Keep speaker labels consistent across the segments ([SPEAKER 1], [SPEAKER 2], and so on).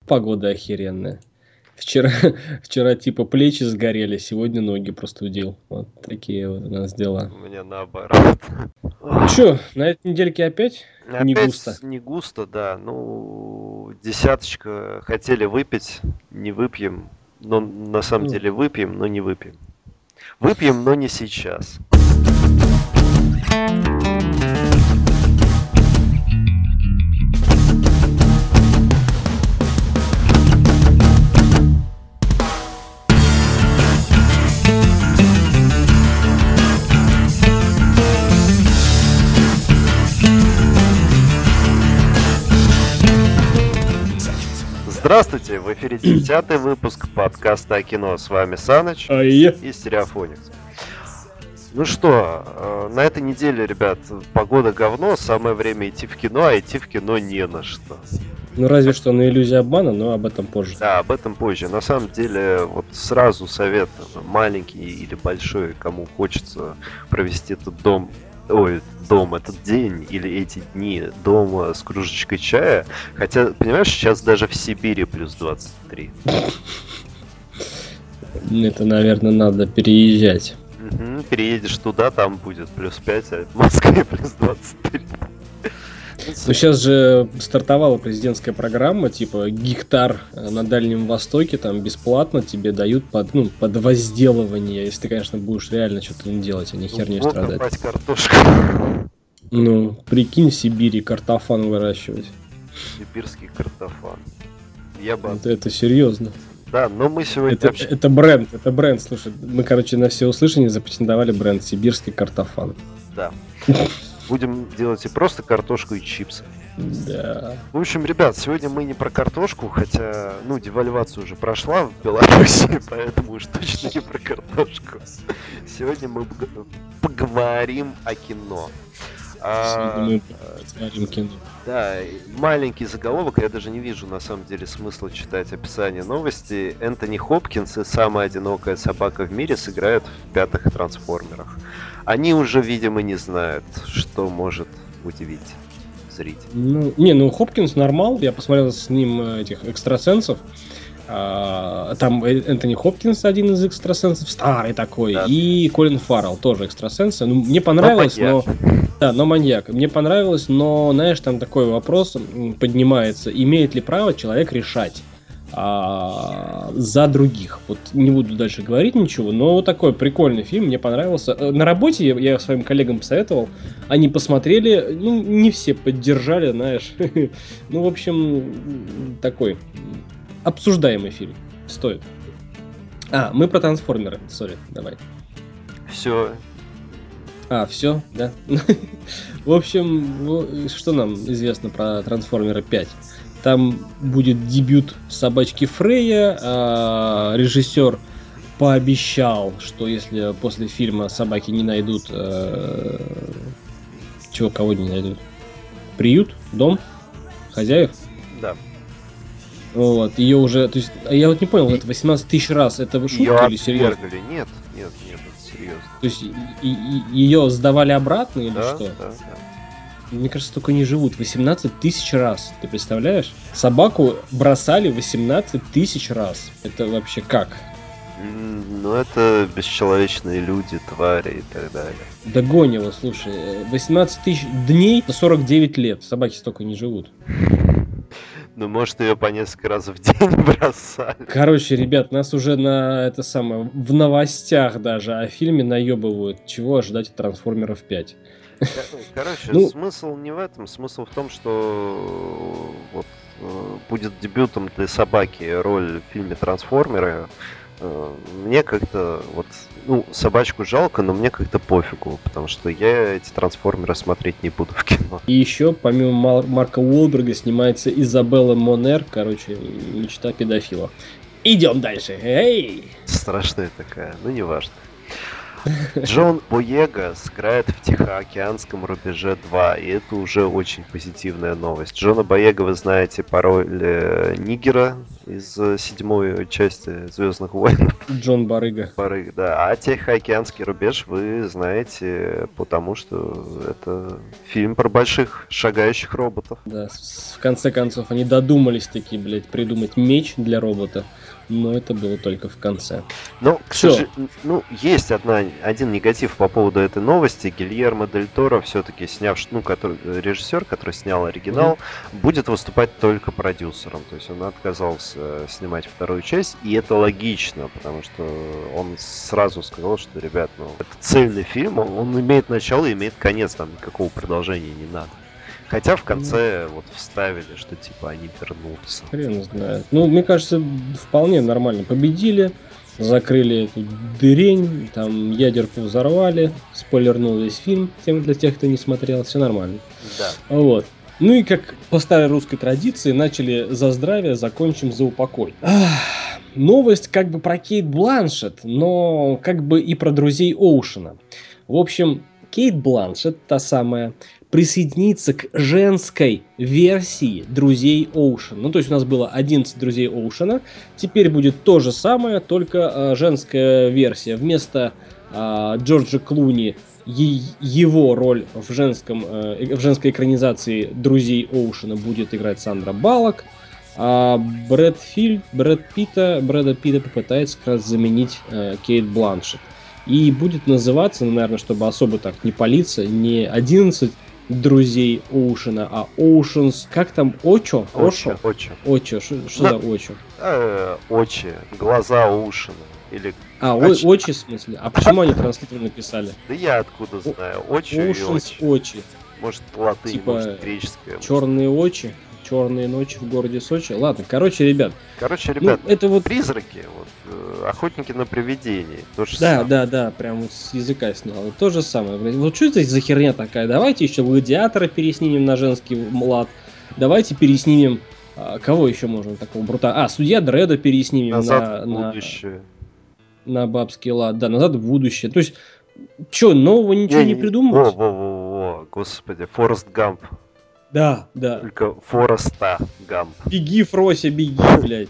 [SPEAKER 1] погода охеренная. Вчера, вчера типа плечи сгорели, сегодня ноги простудил. Вот такие вот у нас дела.
[SPEAKER 2] У меня наоборот.
[SPEAKER 1] Чё, на этой недельке опять не
[SPEAKER 2] Опять
[SPEAKER 1] густо?
[SPEAKER 2] не густо, да. Ну, десяточка хотели выпить, не выпьем. Но на самом
[SPEAKER 1] Ну,
[SPEAKER 2] деле выпьем, но не выпьем. Выпьем, но не сейчас. Здравствуйте, в эфире 10-й выпуск подкаста о кино. С вами Саныч и Стереофоникс. Ну что, на этой неделе, ребят, погода говно, самое время идти в кино, а идти в кино не на что.
[SPEAKER 1] ну разве что на иллюзии обмана, но об этом позже.
[SPEAKER 2] Да, об этом позже. На самом деле, вот сразу совет, маленький или большой, кому хочется провести этот этот день или эти дни дома с кружечкой чая. Хотя, понимаешь, сейчас даже в Сибири плюс 23.
[SPEAKER 1] Это, наверное, надо переезжать.
[SPEAKER 2] Угу, переедешь туда, там будет плюс 5, а в Москве плюс 23.
[SPEAKER 1] Ну, сейчас же стартовала президентская программа, типа гектар на Дальнем Востоке, там бесплатно тебе дают под возделывание, если ты, конечно, будешь реально что-то делать, а не херней страдать.
[SPEAKER 2] Копать картошку.
[SPEAKER 1] Ну, прикинь, в Сибири картофан выращивать.
[SPEAKER 2] Сибирский картофан. Я бы...
[SPEAKER 1] Это серьезно.
[SPEAKER 2] Да, но мы сегодня...
[SPEAKER 1] Это бренд, слушай, мы, короче, на всеуслышание запатентовали бренд «Сибирский картофан».
[SPEAKER 2] Да. Будем делать и просто картошку, и чипсы.
[SPEAKER 1] Да.
[SPEAKER 2] В общем, ребят, сегодня мы не про картошку, хотя, девальвация уже прошла в Беларуси, поэтому уж точно не про картошку. Сегодня мы поговорим о кино.
[SPEAKER 1] Сегодня мы смотрим кино.
[SPEAKER 2] Да, маленький заголовок, я даже не вижу на самом деле смысла читать описание новости. Энтони Хопкинс и самая одинокая собака в мире сыграют в 5-х трансформерах. Они уже, видимо, не знают, что может удивить зрителей.
[SPEAKER 1] Хопкинс нормал, я посмотрел с ним этих экстрасенсов. Там Энтони Хопкинс, один из экстрасенсов, старый такой, да. И Колин Фаррелл, тоже экстрасенс. Мне понравилось, но маньяк. Мне понравилось, но, знаешь, там такой вопрос поднимается, имеет ли право человек решать за других. Вот не буду дальше говорить ничего, но вот такой прикольный фильм, мне понравился. На работе я своим коллегам посоветовал, они посмотрели, не все поддержали, знаешь. В общем, такой обсуждаемый фильм. Стоит. Мы про трансформеры. Сори, давай.
[SPEAKER 2] Все.
[SPEAKER 1] Все, да? В общем, что нам известно про Трансформеры 5? Там будет дебют собачки Фрея. Режиссер пообещал, что если после фильма собаки не найдут... кого не найдут? Приют? Дом? Хозяев?
[SPEAKER 2] Да.
[SPEAKER 1] Вот, ее уже... То есть, я вот не понял, это 18 тысяч раз. Это шутка или серьезно?
[SPEAKER 2] Нет, это серьезно.
[SPEAKER 1] То есть, ее сдавали обратно или
[SPEAKER 2] да,
[SPEAKER 1] что?
[SPEAKER 2] Да.
[SPEAKER 1] Мне кажется, только не живут 18 тысяч раз. Ты представляешь? Собаку бросали 18 тысяч раз. Это вообще как?
[SPEAKER 2] Это бесчеловечные люди, твари и так далее.
[SPEAKER 1] Да гонь его, слушай. 18 тысяч дней, 49 лет. Собаки столько не живут.
[SPEAKER 2] Может, ее по несколько раз в день бросали.
[SPEAKER 1] Короче, ребят, нас уже в новостях даже о фильме наебывают. Чего ожидать от Трансформеров 5?
[SPEAKER 2] Короче, смысл не в этом. Смысл в том, что будет дебютом для собаки роль в фильме «Трансформеры». Мне как-то собачку жалко, но мне как-то пофигу, потому что я эти трансформеры смотреть не буду в кино. И
[SPEAKER 1] еще, помимо Марка Уолберга, снимается Изабелла Монер, короче, мечта педофила. Идем дальше. Эй!
[SPEAKER 2] Страшная такая, неважно. Джон Боега сыграет в Тихоокеанском рубеже 2, и это уже очень позитивная новость. Джона Боега вы знаете по роли Нигера из 7-й части «Звездных войн».
[SPEAKER 1] Джон Барыга.
[SPEAKER 2] Барыга, да. А «Тихоокеанский рубеж» вы знаете, потому что это фильм про больших шагающих роботов.
[SPEAKER 1] Да, в конце концов, они додумались такие, блядь, придумать меч для робота. Но это было только в конце.
[SPEAKER 2] Но, есть один негатив по поводу этой новости. Гильермо Дель Торо, все-таки режиссер, который снял оригинал, будет выступать только продюсером. То есть он отказался снимать вторую часть. И это логично, потому что он сразу сказал, что, ребят, это цельный фильм, он имеет начало и имеет конец, там никакого продолжения не надо. Хотя в конце вставили, что типа они вернутся.
[SPEAKER 1] Хрен знает. Мне кажется, вполне нормально победили, закрыли эту дырень, там ядерку взорвали, спойлернул весь фильм для тех, кто не смотрел, все нормально.
[SPEAKER 2] Да.
[SPEAKER 1] Вот. И как по старой русской традиции, начали за здравие, закончим за упокой. Новость как бы про Кейт Бланшетт, но как бы и про друзей Оушена. В общем, Кейт Бланшетт, та самая, присоединиться к женской версии друзей Оушена. То есть у нас было 11 друзей Оушена. Теперь будет то же самое, только женская версия. Вместо Джорджа Клуни его роль в женской экранизации друзей Оушена будет играть Сандра Баллок. А Брэда Питта попытается как раз заменить Кейт Бланшетт. И будет называться, наверное, чтобы особо так не палиться, не 11 друзей Оушена, а Оушенс... Как там? Очо?
[SPEAKER 2] Очо.
[SPEAKER 1] Что за Очо?
[SPEAKER 2] Очи. Глаза Оушена. Или...
[SPEAKER 1] Очи в смысле? А почему они транслитеры написали?
[SPEAKER 2] Да я откуда знаю. Очи и
[SPEAKER 1] очи.
[SPEAKER 2] Может, латынь,
[SPEAKER 1] типа
[SPEAKER 2] может, греческая.
[SPEAKER 1] Черные очи. Черные ночи в городе Сочи. Ладно, короче, ребят,
[SPEAKER 2] это призраки, охотники на привидений.
[SPEAKER 1] Да, прям с языка снял. То же самое. Вот что это за херня такая? Давайте еще Гладиатора переснимем на женский лад. Давайте переснимем... Кого еще можно такого брута? Судья Дредда переснимем
[SPEAKER 2] назад в будущее.
[SPEAKER 1] На бабский лад. Да, назад в будущее. То есть, что, нового ничего не придумывать?
[SPEAKER 2] Господи, Форест Гамп.
[SPEAKER 1] Да.
[SPEAKER 2] Только Фореста Гамп.
[SPEAKER 1] Беги, Фрося, беги, блядь.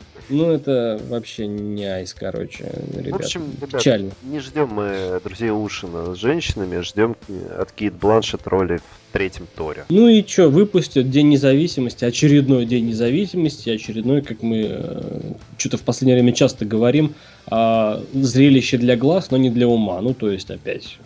[SPEAKER 1] Это вообще не айс, короче, ребят.
[SPEAKER 2] В общем,
[SPEAKER 1] печально.
[SPEAKER 2] Не ждем мы друзей Оушена с женщинами, ждем от Кейт Бланшетт роли в 3-м Торе.
[SPEAKER 1] И что, выпустят День независимости, очередной День независимости, очередной, как мы что-то в последнее время часто говорим, зрелище для глаз, но не для ума. То есть опять...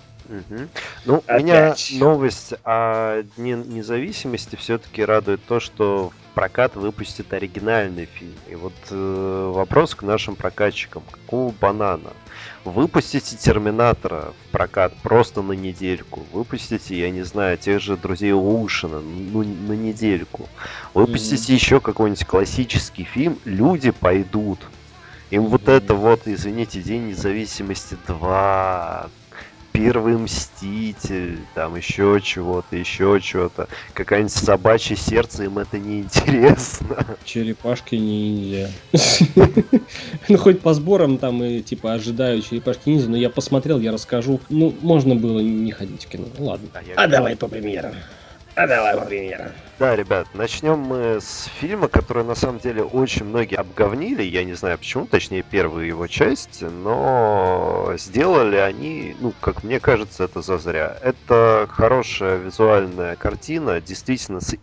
[SPEAKER 2] У меня новость о Дне независимости все-таки радует то, что в прокат выпустят оригинальный фильм. И вопрос к нашим прокатчикам. Какого банана? Выпустите Терминатора в прокат просто на недельку. Выпустите, я не знаю, тех же друзей Оушена на недельку. Выпустите еще какой-нибудь классический фильм. Люди пойдут. Им извините, День независимости 2... Первый Мститель, там еще чего-то. Какая-нибудь Собачье сердце, им это не интересно.
[SPEAKER 1] Черепашки ниндзя. Хоть по сборам там и ожидаю Черепашки ниндзя, но я посмотрел, я расскажу. Можно было не ходить в кино. Ладно. Давай по премьерам. Да,
[SPEAKER 2] ребят, начнем мы с фильма, который на самом деле очень многие обговнили. Я не знаю почему, точнее первую его часть, но сделали они, как мне кажется, это зазря. Это хорошая визуальная картина, действительно с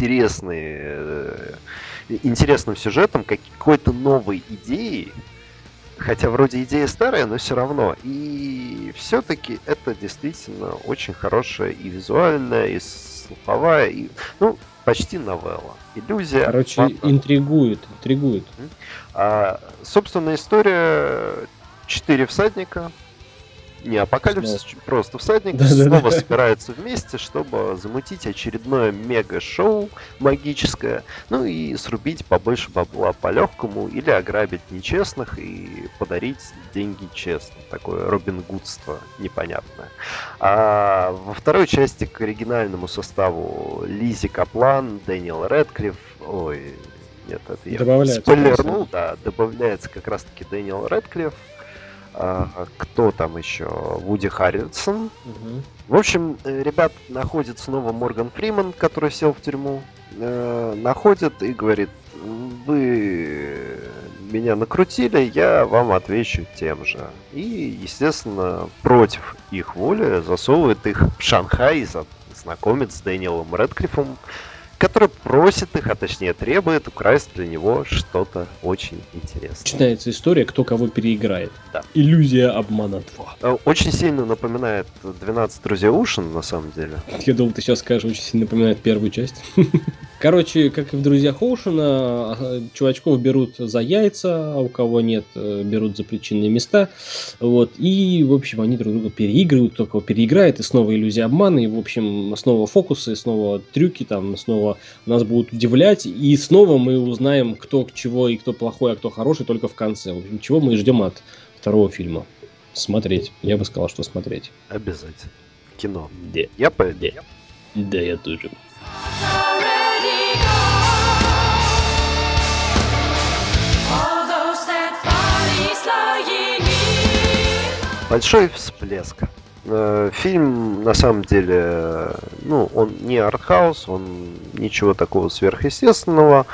[SPEAKER 2] интересным сюжетом, какой-то новой идеей. Хотя вроде идея старая, но все равно. И все-таки это действительно очень хорошая и визуальная, и слуховая, и, почти новелла. Иллюзия.
[SPEAKER 1] Короче, интригует.
[SPEAKER 2] Собственно, история 4 всадника. Не апокалипсис, просто всадники снова собираются вместе, чтобы замутить очередное мега-шоу магическое, и срубить побольше бабла по-легкому или ограбить нечестных и подарить деньги честным. Такое робин-гудство непонятное. А во второй части к оригинальному составу Лиззи Каплан, Дэниел Рэдклифф, нет, это я спойлернул, добавляется как раз-таки Дэниел Рэдклифф. Кто там еще? Вуди Харрельсон. В общем, ребят находит снова Морган Фриман, который сел в тюрьму. Находит и говорит: вы меня накрутили, я вам отвечу тем же. И, естественно, против их воли засовывает их в Шанхай и знакомит с Дэниелом Рэдклиффом, который просит их, а точнее требует украсть для него что-то очень интересное.
[SPEAKER 1] Начинается история, кто кого переиграет.
[SPEAKER 2] Да.
[SPEAKER 1] Иллюзия обмана 2.
[SPEAKER 2] Очень сильно напоминает 12 друзей Ушин, на самом деле.
[SPEAKER 1] Я думал, ты сейчас скажешь, очень сильно напоминает первую часть. Короче, как и в «Друзьях Оушена», чувачков берут за яйца, а у кого нет, берут за причинные места. Вот. И, в общем, они друг друга переигрывают, кто кого переиграет, и снова иллюзия обмана, и, в общем, снова фокусы, снова трюки, там, снова нас будут удивлять, и снова мы узнаем, кто чего и кто плохой, а кто хороший только в конце. В общем, чего мы ждем от второго фильма. Смотреть. Я бы сказал, что смотреть.
[SPEAKER 2] Обязательно. Кино.
[SPEAKER 1] Да.
[SPEAKER 2] Я пойду.
[SPEAKER 1] Да, я тоже.
[SPEAKER 2] Большой всплеск. Фильм, на самом деле, он не артхаус, он ничего такого сверхъестественного,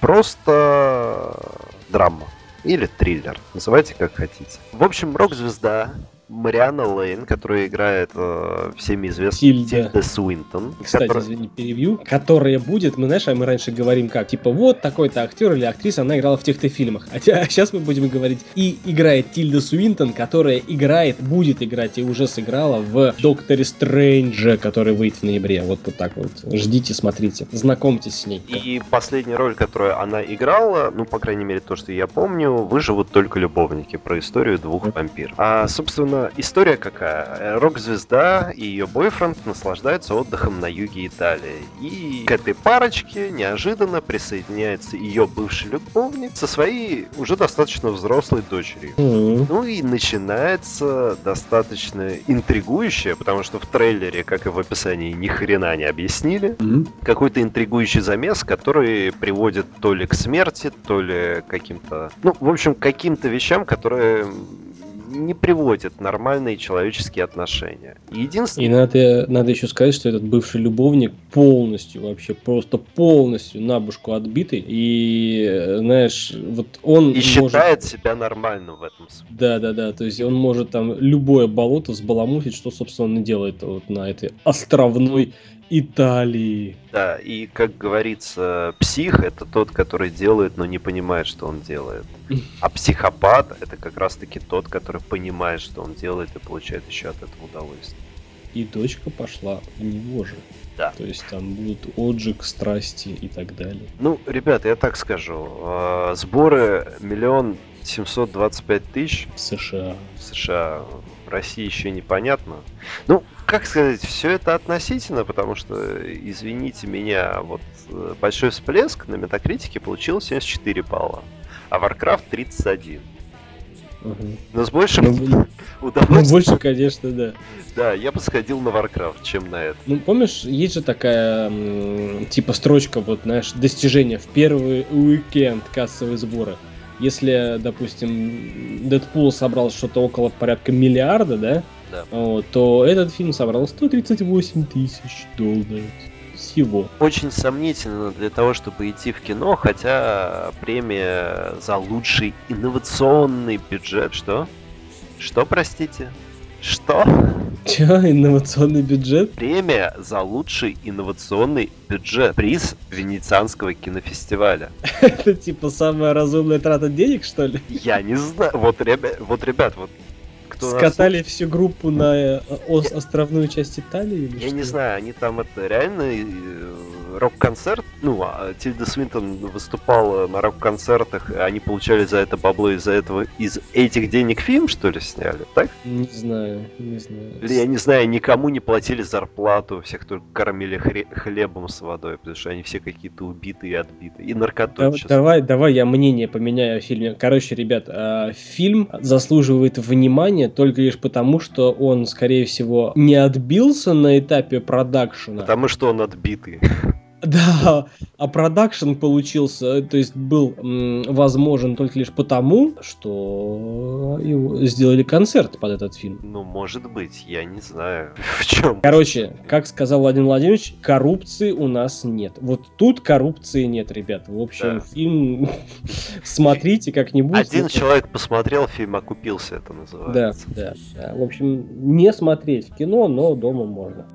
[SPEAKER 2] просто драма. Или триллер, называйте как хотите. В общем, рок-звезда Марианна Лейн, которая играет всеми известная Тильда Суинтон.
[SPEAKER 1] Кстати, извини, перебью. Которая будет, мы раньше говорим как, типа, вот такой-то актер или актриса, она играла в тех-то фильмах. А сейчас мы будем говорить, и играет Тильда Суинтон, которая будет играть и уже сыграла в Докторе Стрэнджа, который выйдет в ноябре. Вот так вот. Ждите, смотрите, знакомьтесь с ней.
[SPEAKER 2] И последняя роль, которую она играла, по крайней мере, то, что я помню, «Выживут только любовники», про историю двух вампиров. А, собственно, история какая? Рок-звезда и ее бойфренд наслаждаются отдыхом на юге Италии. И к этой парочке неожиданно присоединяется ее бывший любовник со своей уже достаточно взрослой дочерью. Ну и начинается достаточно интригующее, потому что в трейлере, как и в описании, ни хрена не объяснили. Какой-то интригующий замес, который приводит то ли к смерти, то ли к каким-то... в общем, к каким-то вещам, которые не приводят нормальные человеческие отношения.
[SPEAKER 1] Единственное... И надо еще сказать, что этот бывший любовник вообще просто полностью на башку отбитый. И, знаешь, вот он
[SPEAKER 2] и считает себя нормальным в этом смысле.
[SPEAKER 1] Да. То есть он может там любое болото взбаламутить, что, собственно, он и делает вот на этой островной Италии.
[SPEAKER 2] Да, и, как говорится, псих — это тот, который делает, но не понимает, что он делает. А психопат — это как раз-таки тот, который понимает, что он делает, и получает еще от этого удовольствие.
[SPEAKER 1] И дочка пошла в него же.
[SPEAKER 2] Да.
[SPEAKER 1] То есть там будут отжиг, страсти и так далее.
[SPEAKER 2] Ребята, я так скажу. Сборы 1 725 000
[SPEAKER 1] США.
[SPEAKER 2] В России еще непонятно. Как сказать, все это относительно, потому что, извините меня, вот «Большой всплеск» на Метакритике получил 74 балла, а Warcraft 31. Но с большим удовольствием...
[SPEAKER 1] больше, конечно, да.
[SPEAKER 2] Да, я бы сходил на Warcraft, чем на это.
[SPEAKER 1] Помнишь, есть же такая, типа, строчка, вот, знаешь, достижения в первый уикенд кассовые сборы. Если, допустим, Дэдпул собрал что-то около порядка миллиарда, да? То этот фильм собрал $138 000 всего.
[SPEAKER 2] Очень сомнительно для того, чтобы идти в кино, хотя премия за лучший инновационный бюджет. Что? Что, простите? Что?
[SPEAKER 1] Инновационный бюджет?
[SPEAKER 2] Премия за лучший инновационный бюджет. Приз Венецианского кинофестиваля.
[SPEAKER 1] Это типа самая разумная трата денег, что ли?
[SPEAKER 2] Я не знаю. Вот, ребят,
[SPEAKER 1] скатали всю группу на островную часть Италии?
[SPEAKER 2] Я не знаю, они там реально рок-концерт. Тильда Свинтон выступала на рок-концертах, они получали за это бабло, из этих денег фильм, что ли, сняли, так?
[SPEAKER 1] Не знаю.
[SPEAKER 2] Или, я не знаю, никому не платили зарплату, всех только кормили хлебом с водой, потому что они все какие-то убитые и отбитые. И наркоту.
[SPEAKER 1] Давай я мнение поменяю о фильме. Короче, ребят, фильм заслуживает внимания только лишь потому, что он, скорее всего, не отбился на этапе продакшена.
[SPEAKER 2] Потому что он отбитый.
[SPEAKER 1] Да, а продакшн получился, то есть был возможен только лишь потому, что сделали концерт под этот фильм.
[SPEAKER 2] Ну, может быть, я не знаю, в чем.
[SPEAKER 1] Короче, как сказал Владимир Владимирович, коррупции у нас нет. Вот тут коррупции нет, ребят. В общем, фильм смотрите как-нибудь.
[SPEAKER 2] Один человек посмотрел фильм, окупился, это называется.
[SPEAKER 1] Да. В общем, не смотреть в кино, но дома можно.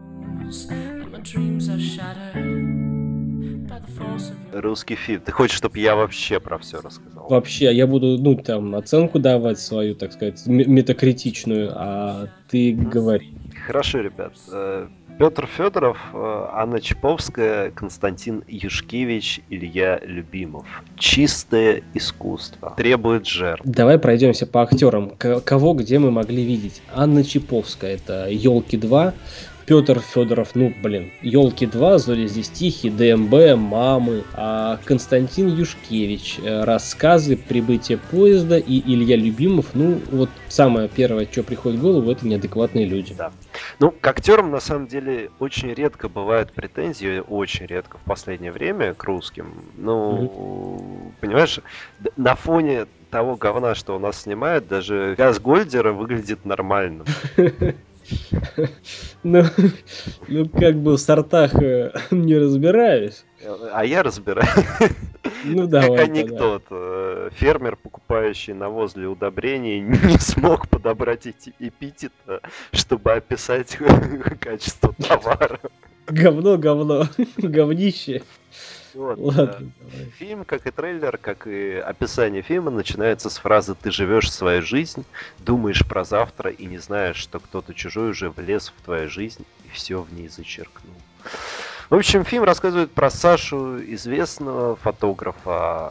[SPEAKER 2] Русский фильм. Ты хочешь, чтобы я вообще про все рассказал?
[SPEAKER 1] Вообще, я буду, оценку давать свою, так сказать, метакритичную, а ты говори.
[SPEAKER 2] Хорошо, ребят. Петр Федоров, Анна Чаповская, Константин Юшкевич, Илья Любимов. Чистое искусство. Требует жертв.
[SPEAKER 1] Давай пройдемся по актерам. Кого где мы могли видеть? Анна Чаповская, это «Елки 2». Петр Федоров, «Елки 2», «Зори здесь тихие», ДМБ, «Мамы», а Константин Юшкевич, «Рассказы», «Прибытие поезда» и Илья Любимов, самое первое, что приходит в голову, это «Неадекватные люди».
[SPEAKER 2] Да. К актерам, на самом деле, очень редко бывают претензии, очень редко в последнее время к русским. Понимаешь, на фоне того говна, что у нас снимают, даже Газгольдера выглядит нормальным.
[SPEAKER 1] В сортах не разбираюсь.
[SPEAKER 2] А я разбираюсь.
[SPEAKER 1] Давай.
[SPEAKER 2] Как анекдот. Фермер, покупающий навоз для удобрений, не смог подобрать эпитет, чтобы описать качество товара.
[SPEAKER 1] Говно, говнище.
[SPEAKER 2] Ладно, фильм, как и трейлер, как и описание фильма, начинается с фразы «Ты живешь свою жизнь, думаешь про завтра и не знаешь, что кто-то чужой уже влез в твою жизнь и все в ней зачеркнул». В общем, фильм рассказывает про Сашу, известного фотографа.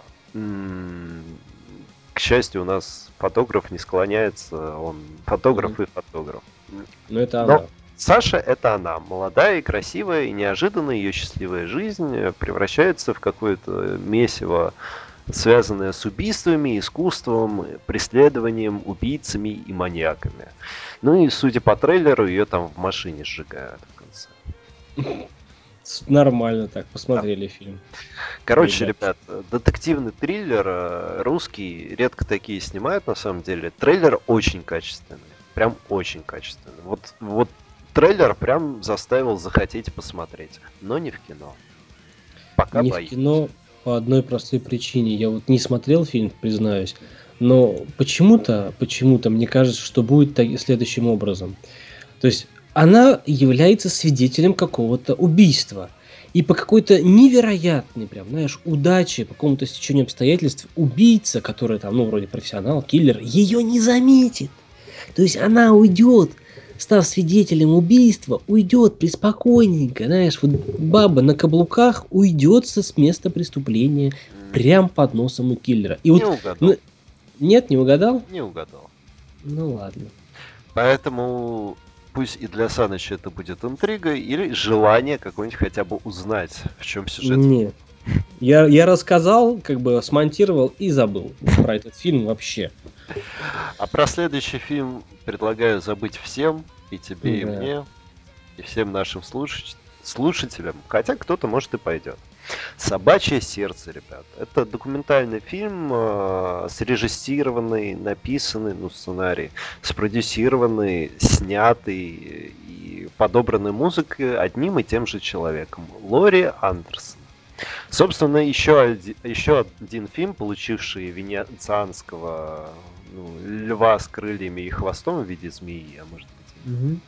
[SPEAKER 2] К счастью, у нас фотограф не склоняется, он фотограф и фотограф.
[SPEAKER 1] Это она.
[SPEAKER 2] Саша — это она, молодая и красивая, и неожиданно ее счастливая жизнь превращается в какое-то месиво, связанное с убийствами, искусством, преследованием, убийцами и маньяками. И, судя по трейлеру, ее там в машине сжигают в конце.
[SPEAKER 1] Нормально так, посмотрели фильм.
[SPEAKER 2] Короче, ребят, детективный триллер русский, редко такие снимают на самом деле. Трейлер очень качественный, прям очень качественный. Вот трейлер прям заставил захотеть посмотреть, но не в кино. Пока
[SPEAKER 1] не
[SPEAKER 2] боюсь.
[SPEAKER 1] В кино по одной простой причине. Я не смотрел фильм, признаюсь, но почему-то мне кажется, что будет следующим образом. То есть она является свидетелем какого-то убийства. И по какой-то невероятной, удаче, по какому-то стечению обстоятельств, убийца, который вроде профессионал, киллер, ее не заметит. То есть она уйдет, став свидетелем убийства, уйдет преспокойненько, баба на каблуках уйдет с места преступления прям под носом у киллера. И
[SPEAKER 2] не угадал.
[SPEAKER 1] Нет, не угадал?
[SPEAKER 2] Не угадал.
[SPEAKER 1] Ладно.
[SPEAKER 2] Поэтому пусть и для Саныча это будет интрига или желание какое-нибудь хотя бы узнать, в чем сюжет.
[SPEAKER 1] Нет. Я рассказал, смонтировал и забыл про этот фильм вообще.
[SPEAKER 2] А про следующий фильм предлагаю забыть всем, и тебе, и мне, и всем нашим слушателям, хотя кто-то, может, и пойдет. «Собачье сердце», ребят. Это документальный фильм, срежиссированный, написанный, сценарий, спродюсированный, снятый и подобранный музыкой одним и тем же человеком. Лори Андерсон. Собственно, еще один фильм, получивший венецианского льва с крыльями и хвостом в виде змеи, а может быть.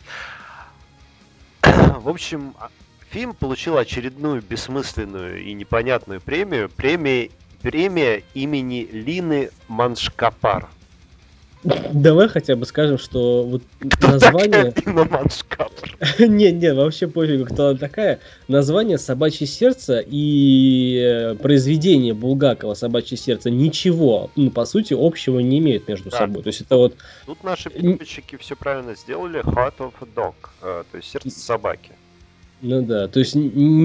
[SPEAKER 2] В общем, фильм получил очередную бессмысленную и непонятную премию. Премия имени Лины Маншкапар.
[SPEAKER 1] Давай хотя бы скажем, что название...
[SPEAKER 2] Лина Маншкапар?
[SPEAKER 1] Не, вообще пофигу, кто она такая. Название «Собачье сердце» и произведение Булгакова «Собачье сердце» ничего, по сути, общего не имеют между собой. То есть это
[SPEAKER 2] Тут наши переводчики все правильно сделали. Heart of a Dog, то есть сердце собаки.
[SPEAKER 1] Ну да, то есть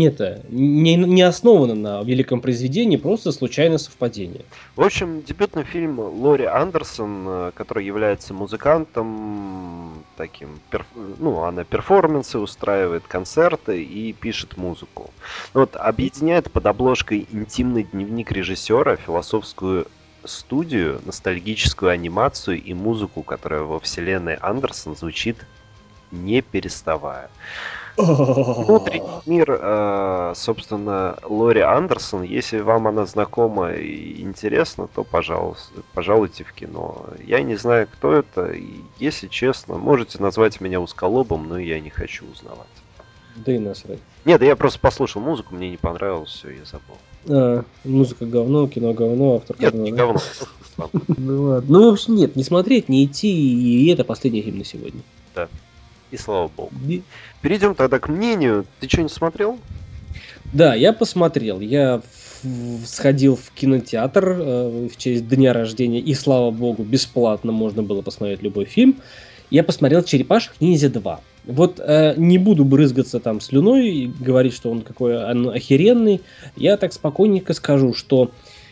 [SPEAKER 1] не основано на великом произведении, просто случайное совпадение.
[SPEAKER 2] В общем, дебютный фильм Лори Андерсон, который является музыкантом, таким, она перформансы устраивает, концерты и пишет музыку. Вот, объединяет под обложкой интимный дневник режиссера, философскую студию, ностальгическую анимацию и музыку, которая во вселенной Андерсон звучит не переставая. Внутренний мир, собственно, Лори Андерсон, если вам она знакома и интересна, то, пожалуйста, пожалуйте в кино. Я не знаю, кто это, и, если честно, можете назвать меня узколобом, но я не хочу узнавать.
[SPEAKER 1] Да и насрать.
[SPEAKER 2] Нет, да я просто послушал музыку, мне не понравилось, все, я забыл.
[SPEAKER 1] Музыка говно, кино говно, автор
[SPEAKER 2] говно. Нет, не говно.
[SPEAKER 1] Ну ладно. Ну, в общем, нет, не смотреть, не идти, и это последний фильм на сегодня.
[SPEAKER 2] Да. И слава богу. Перейдем тогда к мнению. Ты что, не смотрел?
[SPEAKER 1] Да, я посмотрел. Я сходил в кинотеатр в честь дня рождения, и слава богу, бесплатно можно было посмотреть любой фильм. Я посмотрел «Черепашек ниндзя 2». Вот не буду брызгаться там слюной и говорить, что он какой он охеренный. Я так спокойненько скажу, что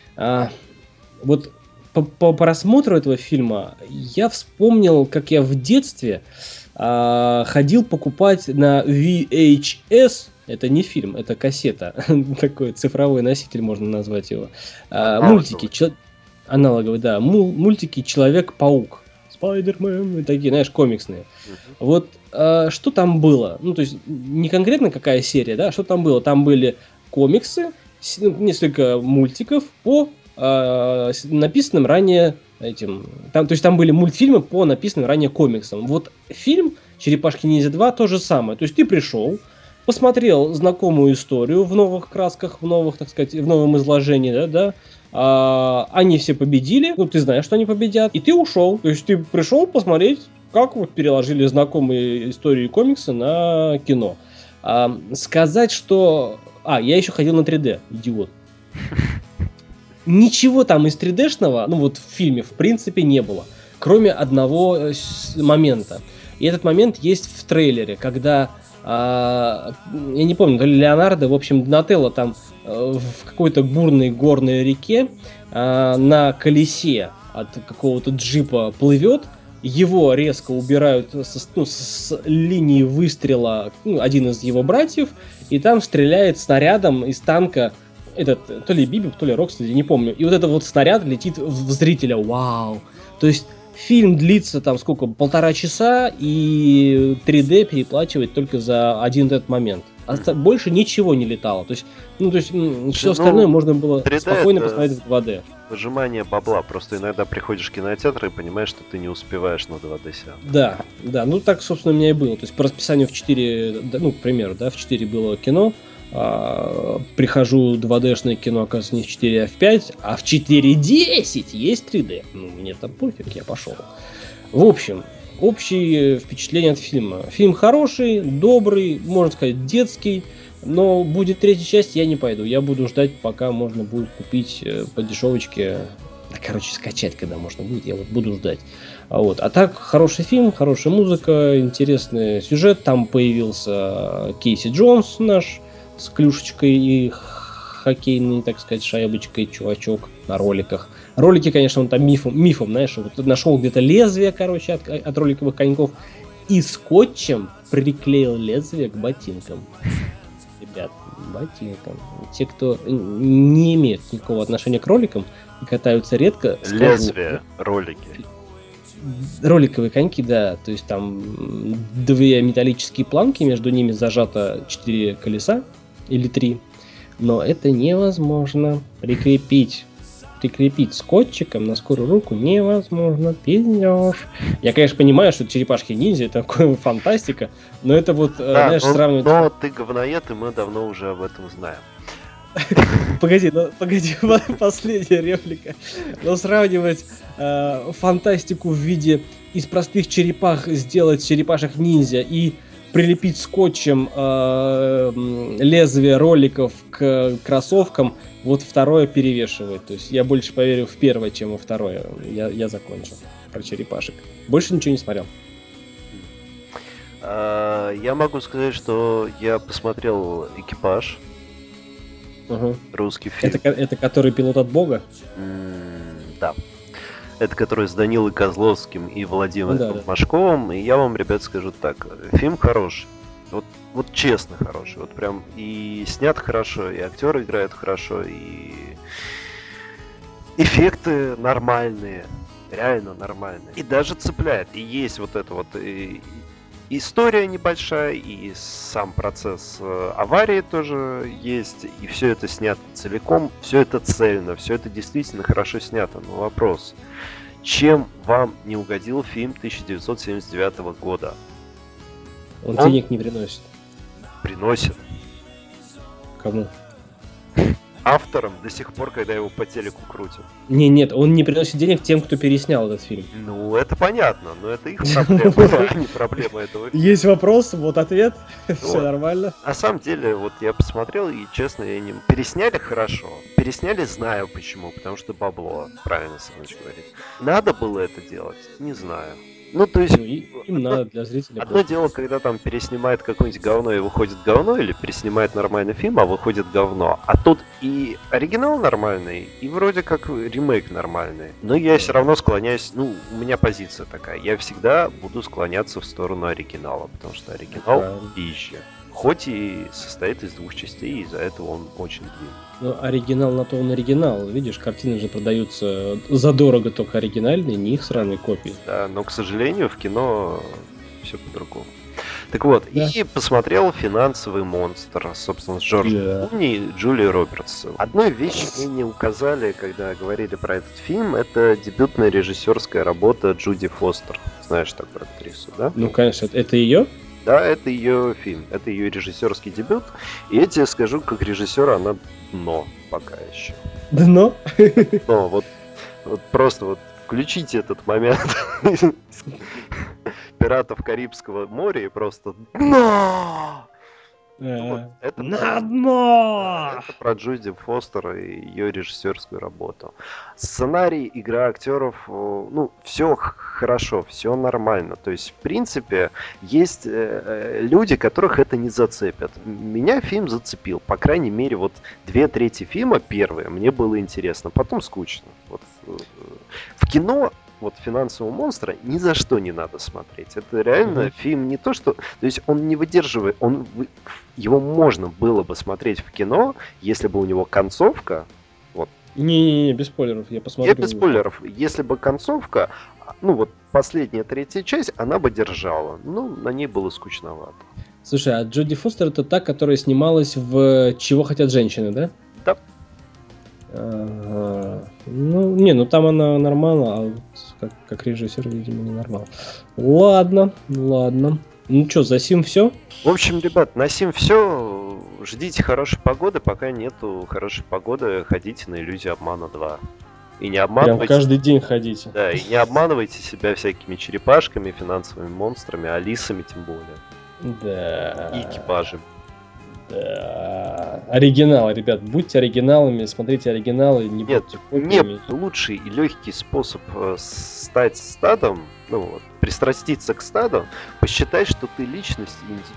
[SPEAKER 1] вот по просмотру этого фильма я вспомнил, как я в детстве ходил покупать на VHS, это не фильм, это кассета, такой цифровой носитель, можно назвать его, мультики, аналоговые, да, мультики «Человек-паук», «Спайдермен», и такие, знаешь, комиксные. Вот что там было, ну, то есть не конкретно какая серия, да, что там было, там были комиксы, несколько мультиков по написанным ранее то есть там были мультфильмы по написанным ранее комиксам. Вот фильм «Черепашки ниндзя 2» то же самое. То есть ты пришел, посмотрел знакомую историю в новых красках, в новых, так сказать, в новом изложении, да, они все победили, ну ты знаешь, что они победят, и ты ушел. То есть ты пришел посмотреть, как вот переложили знакомые истории комикса на кино. Сказать, что... я еще ходил на 3D, идиот. Ничего там из 3D-шного, ну вот в фильме, в принципе, не было. Кроме одного момента. И этот момент есть в трейлере, когда, я не помню, то ли Леонардо, в общем, Донателло там в какой-то бурной горной реке на колесе от какого-то джипа плывет, его резко убирают с линии выстрела один из его братьев, и там стреляет снарядом из танка этот, то ли Бибип, то ли Рокстеди, не помню. И вот этот вот снаряд летит в зрителя. Вау! То есть фильм длится там сколько? 1,5 часа, и 3D переплачивает только за один этот момент. Больше ничего не летало. То есть, все остальное можно было спокойно посмотреть в 2D.
[SPEAKER 2] Выжимание бабла. Просто иногда приходишь в кинотеатр и понимаешь, что ты не успеваешь на 2D сеанс.
[SPEAKER 1] Да. Ну так, собственно, у меня и было. То есть по расписанию в 4, к примеру, в 4 было кино. Прихожу 2D-шное кино, оказывается, не в 4, а в 5, а в 4.10 есть 3D. Мне там пофиг, я пошел. В общем, общие впечатления от фильма. Фильм хороший, добрый, можно сказать, детский, но будет 3-я часть, я не пойду. Я буду ждать, пока можно будет купить по дешевочке, скачать, когда можно будет, я вот буду ждать. А так, хороший фильм, хорошая музыка, интересный сюжет. Там появился Кейси Джонс наш, с клюшечкой и хоккейной, так сказать, шайбочкой чувачок на роликах. Ролики, конечно, он там мифом, знаешь, вот нашел где-то лезвие, от роликовых коньков и скотчем приклеил лезвие к ботинкам. Ребят, ботинкам. Те, кто не имеет никакого отношения к роликам и катаются редко...
[SPEAKER 2] Лезвие, ролики.
[SPEAKER 1] Роликовые коньки, да, то есть там 2 металлические планки, между ними зажато 4 колеса или 3, но это невозможно прикрепить скотчиком на скорую руку невозможно, пиздёж. Я, конечно, понимаю, что черепашки-ниндзя это такая фантастика, но это вот, знаешь, сравнивать...
[SPEAKER 2] Но ты говноед, и мы давно уже об этом знаем.
[SPEAKER 1] Погоди, последняя реплика. Но сравнивать фантастику в виде из простых черепах сделать черепашек-ниндзя и прилепить скотчем лезвие роликов к кроссовкам, вот второе перевешивает. То есть я больше поверю в первое, чем во второе. Я закончил про черепашек. Больше ничего не смотрел.
[SPEAKER 2] Я могу сказать, что я посмотрел «Экипаж». Русский фильм.
[SPEAKER 1] Это который «Пилот от Бога»?
[SPEAKER 2] Да. Это который с Данилой Козловским и Владимиром Машковым. И я вам, ребят, скажу так. Фильм хороший. Вот честно хороший. Вот прям и снят хорошо, и актеры играют хорошо, и эффекты нормальные. Реально нормальные. И даже цепляет. И есть вот это вот... История небольшая, и сам процесс аварии тоже есть, и все это снято целиком, все это цельно, все это действительно хорошо снято. Но вопрос, чем вам не угодил фильм 1979 года?
[SPEAKER 1] Он денег не приносит.
[SPEAKER 2] Приносит.
[SPEAKER 1] Кому?
[SPEAKER 2] Авторам до сих пор, когда его по телеку крутят.
[SPEAKER 1] Нет, он не приносит денег тем, кто переснял этот фильм.
[SPEAKER 2] Ну, это понятно, но это их проблема, а не проблема этого фильма.
[SPEAKER 1] Есть вопрос, вот ответ, все нормально.
[SPEAKER 2] На самом деле, вот я посмотрел, и честно, я не... Пересняли хорошо. Пересняли, знаю почему, потому что бабло, правильно Саныч говорит. Надо было это делать? Не знаю. Ну, то есть...
[SPEAKER 1] Им надо для зрителей.
[SPEAKER 2] Одно дело, когда там переснимает какое-нибудь говно и выходит говно, или переснимает нормальный фильм, а выходит говно. А тут и оригинал нормальный, и вроде как ремейк нормальный. Но я все равно склоняюсь... Ну, у меня позиция такая. Я всегда буду склоняться в сторону оригинала, потому что оригинал пища. Хоть и состоит из 2 частей, и из-за этого он очень длинный.
[SPEAKER 1] Ну, оригинал на то он оригинал. Видишь, картины же продаются задорого, только оригинальные, не их сраные копии.
[SPEAKER 2] Да, но, к сожалению, в кино все по-другому. Так вот, да. И посмотрел «Финансовый монстр», собственно, с Джорджем Клуни и Джулией Робертс. Одной вещи мне не указали, когда говорили про этот фильм, это дебютная режиссерская работа Джуди Фостер. Знаешь такую актрису, да?
[SPEAKER 1] Ну, конечно, это ее?
[SPEAKER 2] Да, это ее фильм, это ее режиссерский дебют. И я тебе скажу, как режиссера она дно пока еще.
[SPEAKER 1] Дно?
[SPEAKER 2] Но вот просто вот включите этот момент «Пиратов Карибского моря» и просто дно!
[SPEAKER 1] Это на дно!
[SPEAKER 2] Это про Джуди Фостер и ее режиссерскую работу. Сценарий, игра актеров, ну, все хорошо, все нормально. То есть, в принципе, есть люди, которых это не зацепят. Меня фильм зацепил. По крайней мере, вот 2/3 фильма первые мне было интересно, потом скучно. Вот, в кино вот «Финансового монстра» ни за что не надо смотреть. Это реально фильм не то, что... То есть он не выдерживает... Его можно было бы смотреть в кино, если бы у него концовка... Вот.
[SPEAKER 1] Не, без спойлеров, я посмотрю.
[SPEAKER 2] Без спойлеров. Если бы концовка, ну вот последняя 3-я часть, она бы держала. Ну, на ней было скучновато.
[SPEAKER 1] Слушай, а Джоди Фостер это та, которая снималась в «Чего хотят женщины», да?
[SPEAKER 2] Да.
[SPEAKER 1] Ага. Ну там она нормально, а как режиссер, видимо, не нормально. Ладно. Ну что, за сим все?
[SPEAKER 2] В общем, ребят, на сим все. Ждите хорошей погоды, пока нету хорошей погоды, ходите на «Иллюзию обмана 2». И не обманывайте...
[SPEAKER 1] Прям каждый день ходите.
[SPEAKER 2] Да, и не обманывайте себя всякими черепашками, финансовыми монстрами, алисами тем более.
[SPEAKER 1] Да.
[SPEAKER 2] И экипажем.
[SPEAKER 1] Да. Оригиналы, ребят, будьте оригиналами, смотрите оригиналы, не будьте копиями.
[SPEAKER 2] Нет, лучший и легкий способ стать стадом, ну вот, пристраститься к стаду, посчитай, что ты личность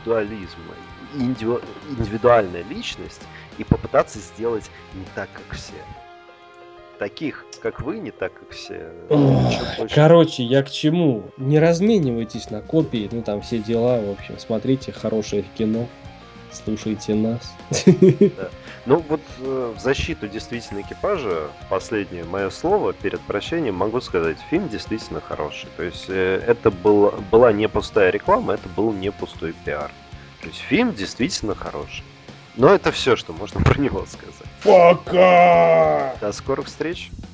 [SPEAKER 2] индивидуальная личность, и попытаться сделать не так, как все. Таких, как вы, не так, как все.
[SPEAKER 1] Короче, я к чему? Не разменивайтесь на копии, ну там все дела, в общем, смотрите хорошее кино. Слушайте нас.
[SPEAKER 2] Да. Ну вот в защиту действительно экипажа, последнее мое слово перед прощением могу сказать, фильм действительно хороший. То есть это была не пустая реклама, это был не пустой пиар. То есть фильм действительно хороший. Но это все, что можно про него сказать.
[SPEAKER 1] Пока!
[SPEAKER 2] До скорых встреч!